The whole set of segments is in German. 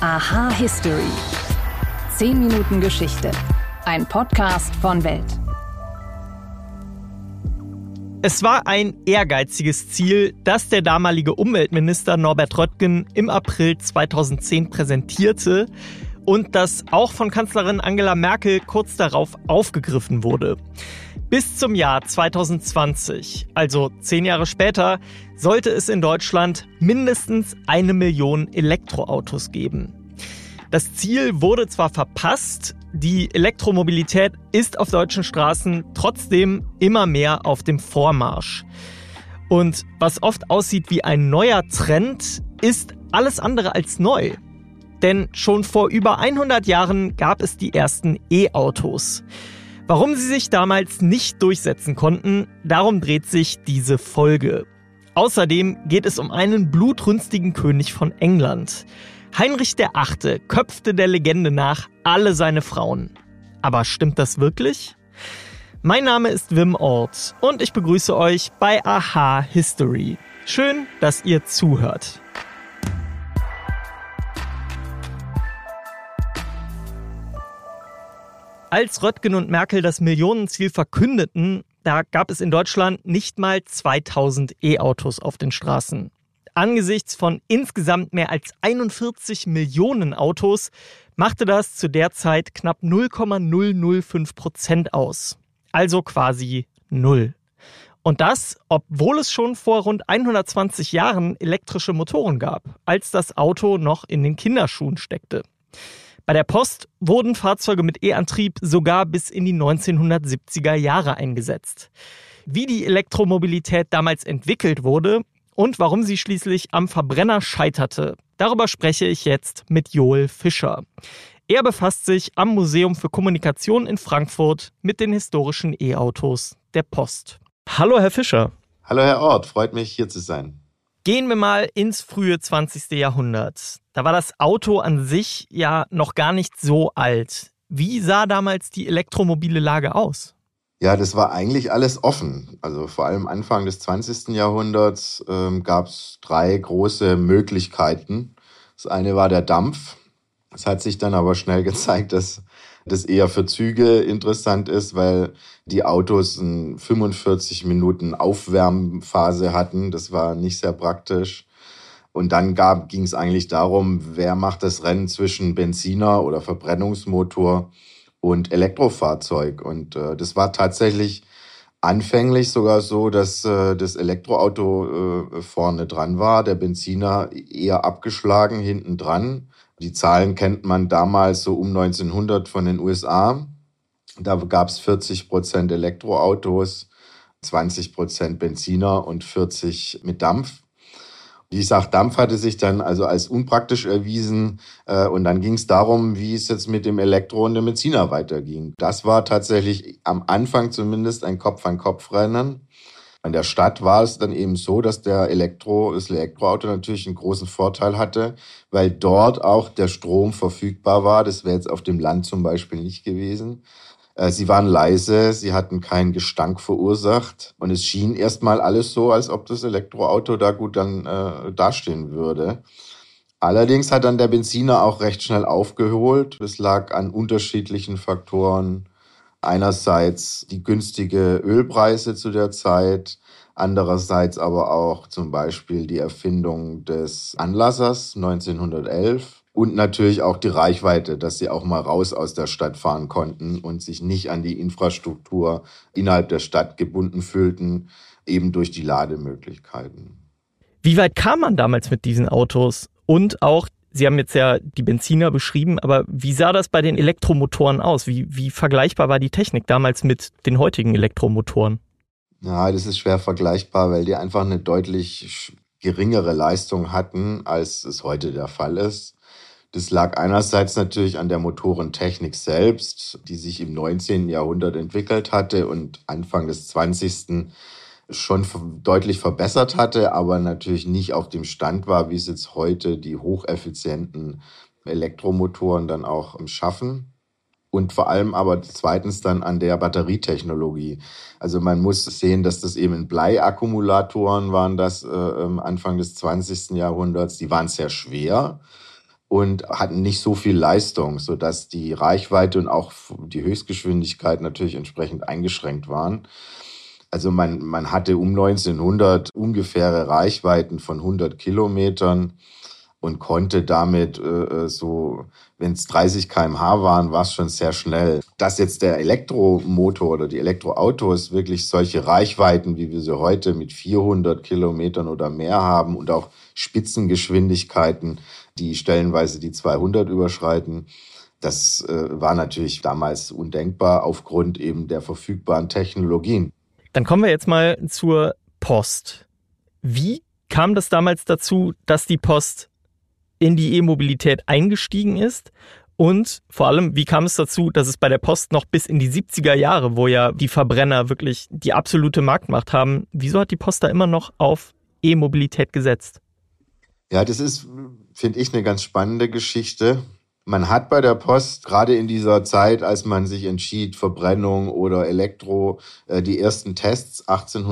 Aha History. 10 Minuten Geschichte. Ein Podcast von Welt. Es war ein ehrgeiziges Ziel, das der damalige Umweltminister Norbert Röttgen im April 2010 präsentierte und das auch von Kanzlerin Angela Merkel kurz darauf aufgegriffen wurde. Bis zum Jahr 2020, also 10 Jahre später, sollte es in Deutschland mindestens 1 Million Elektroautos geben. Das Ziel wurde zwar verpasst, die Elektromobilität ist auf deutschen Straßen trotzdem immer mehr auf dem Vormarsch. Und was oft aussieht wie ein neuer Trend, ist alles andere als neu. Denn schon vor über 100 Jahren gab es die ersten E-Autos. Warum sie sich damals nicht durchsetzen konnten, darum dreht sich diese Folge. Außerdem geht es um einen blutrünstigen König von England. Heinrich VIII. Köpfte der Legende nach alle seine Frauen. Aber stimmt das wirklich? Mein Name ist Wim Ort und ich begrüße euch bei Aha History. Schön, dass ihr zuhört. Als Röttgen und Merkel das Millionenziel verkündeten, da gab es in Deutschland nicht mal 2000 E-Autos auf den Straßen. Angesichts von insgesamt mehr als 41 Millionen Autos machte das zu der Zeit knapp 0,005% aus. Also quasi null. Und das, obwohl es schon vor rund 120 Jahren elektrische Motoren gab, als das Auto noch in den Kinderschuhen steckte. Bei der Post wurden Fahrzeuge mit E-Antrieb sogar bis in die 1970er Jahre eingesetzt. Wie die Elektromobilität damals entwickelt wurde und warum sie schließlich am Verbrenner scheiterte, darüber spreche ich jetzt mit Joel Fischer. Er befasst sich am Museum für Kommunikation in Frankfurt mit den historischen E-Autos der Post. Hallo, Herr Fischer. Hallo, Herr Ort. Freut mich, hier zu sein. Gehen wir mal ins frühe 20. Jahrhundert. Da war das Auto an sich ja noch gar nicht so alt. Wie sah damals die elektromobile Lage aus? Ja, das war eigentlich alles offen. Also vor allem Anfang des 20. Jahrhunderts gab es 3 große Möglichkeiten. Das eine war der Dampf. Es hat sich dann aber schnell gezeigt, dass das eher für Züge interessant ist, weil die Autos eine 45 Minuten Aufwärmphase hatten. Das war nicht sehr praktisch. Und dann ging es eigentlich darum, wer macht das Rennen zwischen Benziner oder Verbrennungsmotor und Elektrofahrzeug. Und das war tatsächlich anfänglich sogar so, dass das Elektroauto vorne dran war, der Benziner eher abgeschlagen hinten dran. Die Zahlen kennt man damals so um 1900 von den USA. Da gab es 40% Elektroautos, 20% Benziner und 40 mit Dampf. Wie gesagt, Dampf hatte sich dann also als unpraktisch erwiesen. Und dann ging es darum, wie es jetzt mit dem Elektro- und dem Benziner weiterging. Das war tatsächlich am Anfang zumindest ein Kopf-an-Kopf-Rennen. An der Stadt war es dann eben so, dass das Elektroauto natürlich einen großen Vorteil hatte, weil dort auch der Strom verfügbar war. Das wäre jetzt auf dem Land zum Beispiel nicht gewesen. Sie waren leise, sie hatten keinen Gestank verursacht und es schien erstmal alles so, als ob das Elektroauto da gut dann dastehen würde. Allerdings hat dann der Benziner auch recht schnell aufgeholt. Das lag an unterschiedlichen Faktoren. Einerseits die günstige Ölpreise zu der Zeit, andererseits aber auch zum Beispiel die Erfindung des Anlassers 1911 und natürlich auch die Reichweite, dass sie auch mal raus aus der Stadt fahren konnten und sich nicht an die Infrastruktur innerhalb der Stadt gebunden fühlten, eben durch die Lademöglichkeiten. Wie weit kam man damals mit diesen Autos? Und auch, Sie haben jetzt ja die Benziner beschrieben, aber wie sah das bei den Elektromotoren aus? Wie vergleichbar war die Technik damals mit den heutigen Elektromotoren? Ja, das ist schwer vergleichbar, weil die einfach eine deutlich geringere Leistung hatten, als es heute der Fall ist. Das lag einerseits natürlich an der Motorentechnik selbst, die sich im 19. Jahrhundert entwickelt hatte und Anfang des 20. schon deutlich verbessert hatte, aber natürlich nicht auf dem Stand war, wie es jetzt heute die hocheffizienten Elektromotoren dann auch schaffen. Und vor allem aber zweitens dann an der Batterietechnologie. Also man muss sehen, dass das eben Bleiakkumulatoren waren, das Anfang des 20. Jahrhunderts. Die waren sehr schwer. und hatten nicht so viel Leistung, sodass die Reichweite und auch die Höchstgeschwindigkeit natürlich entsprechend eingeschränkt waren. Also man hatte um 1900 ungefähre Reichweiten von 100 Kilometern und konnte damit wenn es 30 km/h waren, war es schon sehr schnell. Dass jetzt der Elektromotor oder die Elektroautos wirklich solche Reichweiten, wie wir sie heute mit 400 Kilometern oder mehr haben und auch Spitzengeschwindigkeiten, die stellenweise die 200 überschreiten, das war natürlich damals undenkbar aufgrund eben der verfügbaren Technologien. Dann kommen wir jetzt mal zur Post. Wie kam das damals dazu, dass die Post in die E-Mobilität eingestiegen ist? Und vor allem, wie kam es dazu, dass es bei der Post noch bis in die 70er Jahre, wo ja die Verbrenner wirklich die absolute Marktmacht haben, wieso hat die Post da immer noch auf E-Mobilität gesetzt? Ja, das ist, finde ich, eine ganz spannende Geschichte. Man hat bei der Post gerade in dieser Zeit, als man sich entschied, Verbrennung oder Elektro, die ersten Tests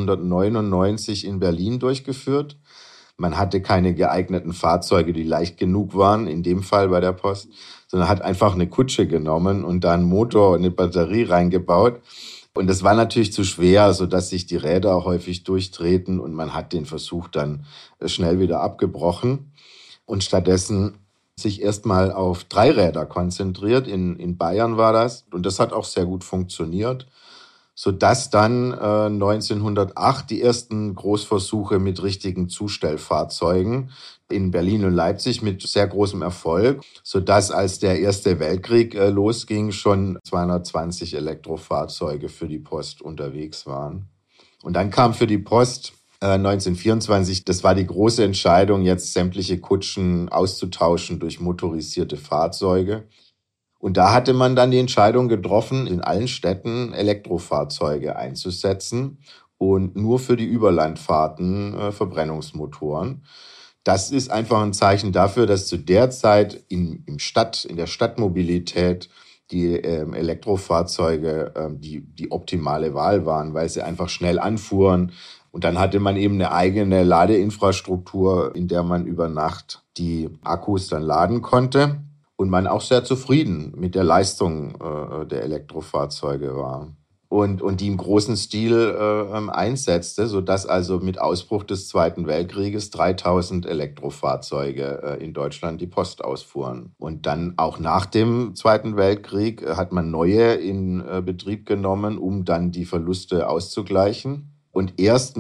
1899 in Berlin durchgeführt. Man hatte keine geeigneten Fahrzeuge, die leicht genug waren, in dem Fall bei der Post, sondern hat einfach eine Kutsche genommen und da einen Motor und eine Batterie reingebaut. Und das war natürlich zu schwer, sodass sich die Räder häufig durchdrehten und man hat den Versuch dann schnell wieder abgebrochen und stattdessen sich erstmal auf Dreiräder konzentriert. In Bayern war das. Und das hat auch sehr gut funktioniert, sodass dann 1908 die ersten Großversuche mit richtigen Zustellfahrzeugen in Berlin und Leipzig mit sehr großem Erfolg, sodass als der Erste Weltkrieg losging, schon 220 Elektrofahrzeuge für die Post unterwegs waren. Und dann kam für die Post 1924, das war die große Entscheidung, jetzt sämtliche Kutschen auszutauschen durch motorisierte Fahrzeuge. Und da hatte man dann die Entscheidung getroffen, in allen Städten Elektrofahrzeuge einzusetzen und nur für die Überlandfahrten Verbrennungsmotoren. Das ist einfach ein Zeichen dafür, dass zu der Zeit in der Stadtmobilität die Elektrofahrzeuge die optimale Wahl waren, weil sie einfach schnell anfuhren. Und dann hatte man eben eine eigene Ladeinfrastruktur, in der man über Nacht die Akkus dann laden konnte. Und man auch sehr zufrieden mit der Leistung der Elektrofahrzeuge war. Und die im großen Stil einsetzte, sodass also mit Ausbruch des Zweiten Weltkrieges 3000 Elektrofahrzeuge in Deutschland die Post ausfuhren. Und dann auch nach dem Zweiten Weltkrieg hat man neue in Betrieb genommen, um dann die Verluste auszugleichen. Und erst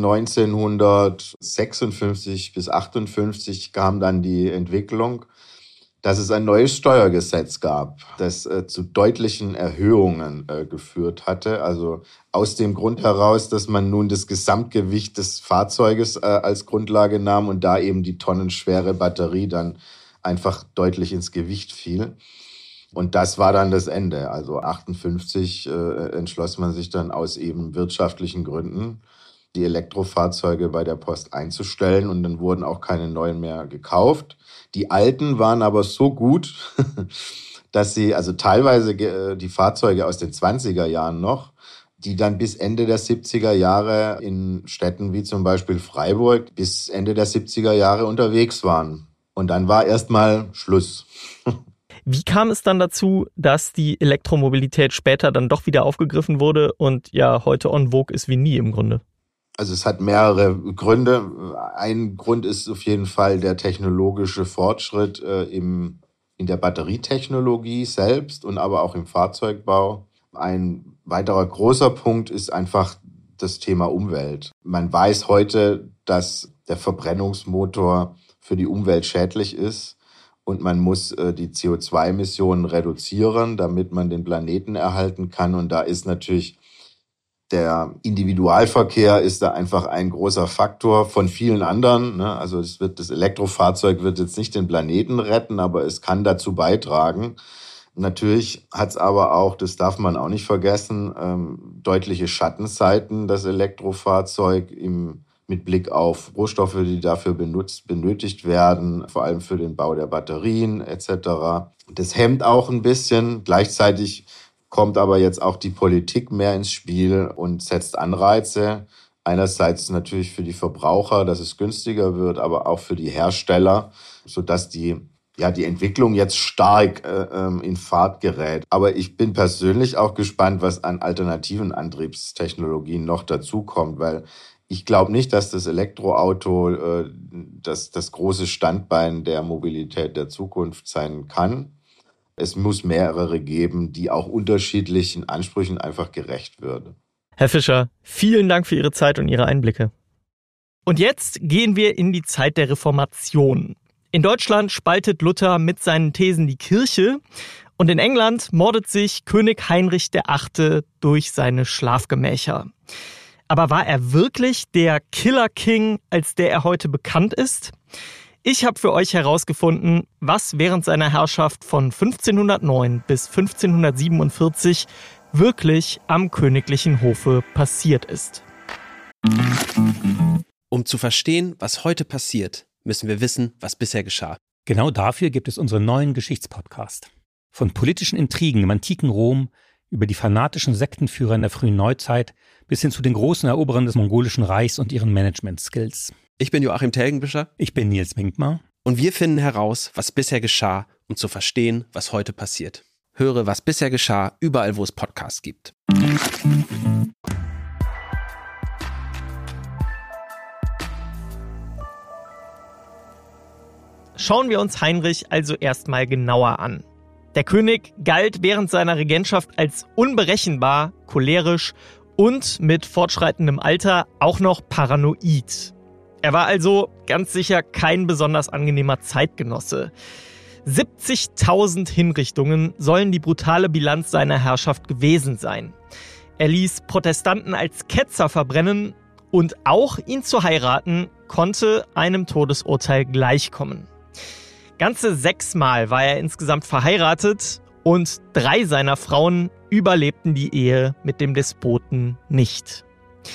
1956 bis 58 kam dann die Entwicklung, dass es ein neues Steuergesetz gab, das zu deutlichen Erhöhungen geführt hatte. Also aus dem Grund heraus, dass man nun das Gesamtgewicht des Fahrzeuges als Grundlage nahm und da eben die tonnenschwere Batterie dann einfach deutlich ins Gewicht fiel. Und das war dann das Ende. Also 58 entschloss man sich dann aus eben wirtschaftlichen Gründen, die Elektrofahrzeuge bei der Post einzustellen und dann wurden auch keine neuen mehr gekauft. Die alten waren aber so gut, dass sie, also teilweise die Fahrzeuge aus den 20er Jahren noch, die dann bis Ende der 70er Jahre in Städten wie zum Beispiel Freiburg bis Ende der 70er Jahre unterwegs waren. Und dann war erstmal Schluss. Wie kam es dann dazu, dass die Elektromobilität später dann doch wieder aufgegriffen wurde und ja heute en vogue ist wie nie im Grunde? Also es hat mehrere Gründe. Ein Grund ist auf jeden Fall der technologische Fortschritt in der Batterietechnologie selbst und aber auch im Fahrzeugbau. Ein weiterer großer Punkt ist einfach das Thema Umwelt. Man weiß heute, dass der Verbrennungsmotor für die Umwelt schädlich ist und man muss die CO2-Emissionen reduzieren, damit man den Planeten erhalten kann. Und da ist natürlich der Individualverkehr ist da einfach ein großer Faktor von vielen anderen. Ne? Also das Elektrofahrzeug wird jetzt nicht den Planeten retten, aber es kann dazu beitragen. Natürlich hat es aber auch, das darf man auch nicht vergessen, deutliche Schattenseiten, das Elektrofahrzeug mit Blick auf Rohstoffe, die dafür benötigt werden, vor allem für den Bau der Batterien etc. Das hemmt auch ein bisschen. Gleichzeitig kommt aber jetzt auch die Politik mehr ins Spiel und setzt Anreize. Einerseits natürlich für die Verbraucher, dass es günstiger wird, aber auch für die Hersteller, sodass die die Entwicklung jetzt stark in Fahrt gerät. Aber ich bin persönlich auch gespannt, was an alternativen Antriebstechnologien noch dazukommt, weil ich glaube nicht, dass das Elektroauto das große Standbein der Mobilität der Zukunft sein kann. Es muss mehrere geben, die auch unterschiedlichen Ansprüchen einfach gerecht werden. Herr Fischer, vielen Dank für Ihre Zeit und Ihre Einblicke. Und jetzt gehen wir in die Zeit der Reformation. In Deutschland spaltet Luther mit seinen Thesen die Kirche und in England mordet sich König Heinrich VIII. Durch seine Schlafgemächer. Aber war er wirklich der Killer King, als der er heute bekannt ist? Ich habe für euch herausgefunden, was während seiner Herrschaft von 1509 bis 1547 wirklich am königlichen Hofe passiert ist. Um zu verstehen, was heute passiert, müssen wir wissen, was bisher geschah. Genau dafür gibt es unseren neuen Geschichtspodcast. Von politischen Intrigen im antiken Rom über die fanatischen Sektenführer in der frühen Neuzeit bis hin zu den großen Eroberern des mongolischen Reichs und ihren Management-Skills. Ich bin Joachim Telgenbischer. Ich bin Nils Minkmar. Und wir finden heraus, was bisher geschah, um zu verstehen, was heute passiert. Höre, was bisher geschah, überall, wo es Podcasts gibt. Schauen wir uns Heinrich also erstmal genauer an. Der König galt während seiner Regentschaft als unberechenbar, cholerisch und mit fortschreitendem Alter auch noch paranoid. Er war also ganz sicher kein besonders angenehmer Zeitgenosse. 70.000 Hinrichtungen sollen die brutale Bilanz seiner Herrschaft gewesen sein. Er ließ Protestanten als Ketzer verbrennen und auch ihn zu heiraten konnte einem Todesurteil gleichkommen. Ganze 6 Mal war er insgesamt verheiratet und 3 seiner Frauen überlebten die Ehe mit dem Despoten nicht.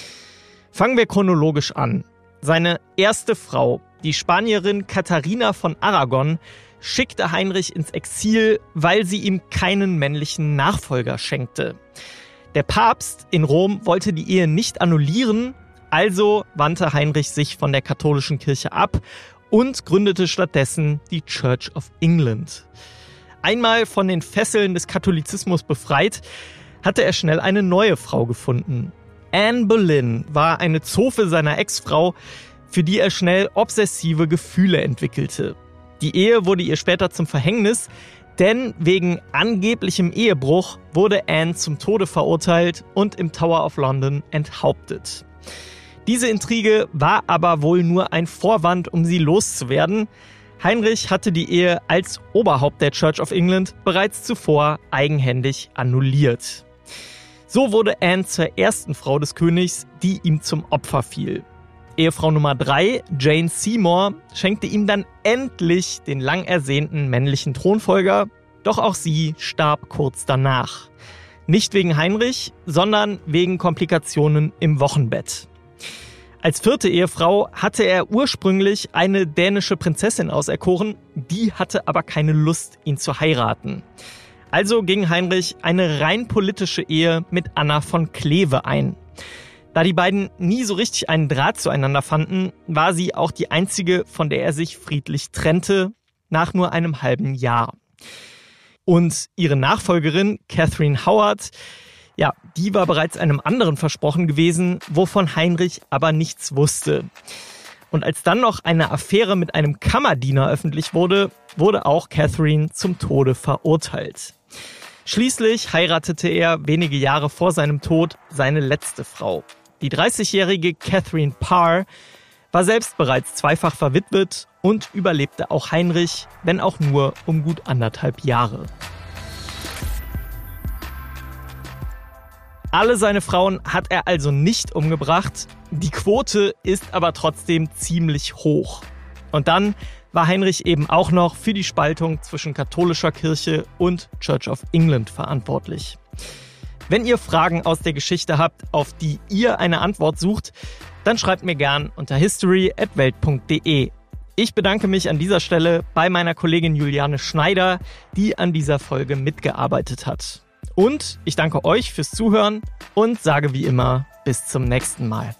Fangen wir chronologisch an. Seine erste Frau, die Spanierin Katharina von Aragon, schickte Heinrich ins Exil, weil sie ihm keinen männlichen Nachfolger schenkte. Der Papst in Rom wollte die Ehe nicht annullieren, also wandte Heinrich sich von der katholischen Kirche ab und gründete stattdessen die Church of England. Einmal von den Fesseln des Katholizismus befreit, hatte er schnell eine neue Frau gefunden. Anne Boleyn war eine Zofe seiner Ex-Frau, für die er schnell obsessive Gefühle entwickelte. Die Ehe wurde ihr später zum Verhängnis, denn wegen angeblichem Ehebruch wurde Anne zum Tode verurteilt und im Tower of London enthauptet. Diese Intrige war aber wohl nur ein Vorwand, um sie loszuwerden. Heinrich hatte die Ehe als Oberhaupt der Church of England bereits zuvor eigenhändig annulliert. So wurde Anne zur ersten Frau des Königs, die ihm zum Opfer fiel. Ehefrau Nummer 3, Jane Seymour, schenkte ihm dann endlich den lang ersehnten männlichen Thronfolger, doch auch sie starb kurz danach. Nicht wegen Heinrich, sondern wegen Komplikationen im Wochenbett. Als 4. Ehefrau hatte er ursprünglich eine dänische Prinzessin auserkoren, die hatte aber keine Lust, ihn zu heiraten. Also ging Heinrich eine rein politische Ehe mit Anna von Kleve ein. Da die beiden nie so richtig einen Draht zueinander fanden, war sie auch die einzige, von der er sich friedlich trennte, nach nur einem halben Jahr. Und ihre Nachfolgerin, Catherine Howard, ja, die war bereits einem anderen versprochen gewesen, wovon Heinrich aber nichts wusste. Und als dann noch eine Affäre mit einem Kammerdiener öffentlich wurde, wurde auch Catherine zum Tode verurteilt. Schließlich heiratete er wenige Jahre vor seinem Tod seine letzte Frau. Die 30-jährige Catherine Parr war selbst bereits zweifach verwitwet und überlebte auch Heinrich, wenn auch nur um gut 1,5 Jahre. Alle seine Frauen hat er also nicht umgebracht. Die Quote ist aber trotzdem ziemlich hoch. Und dann war Heinrich eben auch noch für die Spaltung zwischen katholischer Kirche und Church of England verantwortlich. Wenn ihr Fragen aus der Geschichte habt, auf die ihr eine Antwort sucht, dann schreibt mir gern unter history@welt.de. Ich bedanke mich an dieser Stelle bei meiner Kollegin Juliane Schneider, die an dieser Folge mitgearbeitet hat. Und ich danke euch fürs Zuhören und sage wie immer bis zum nächsten Mal.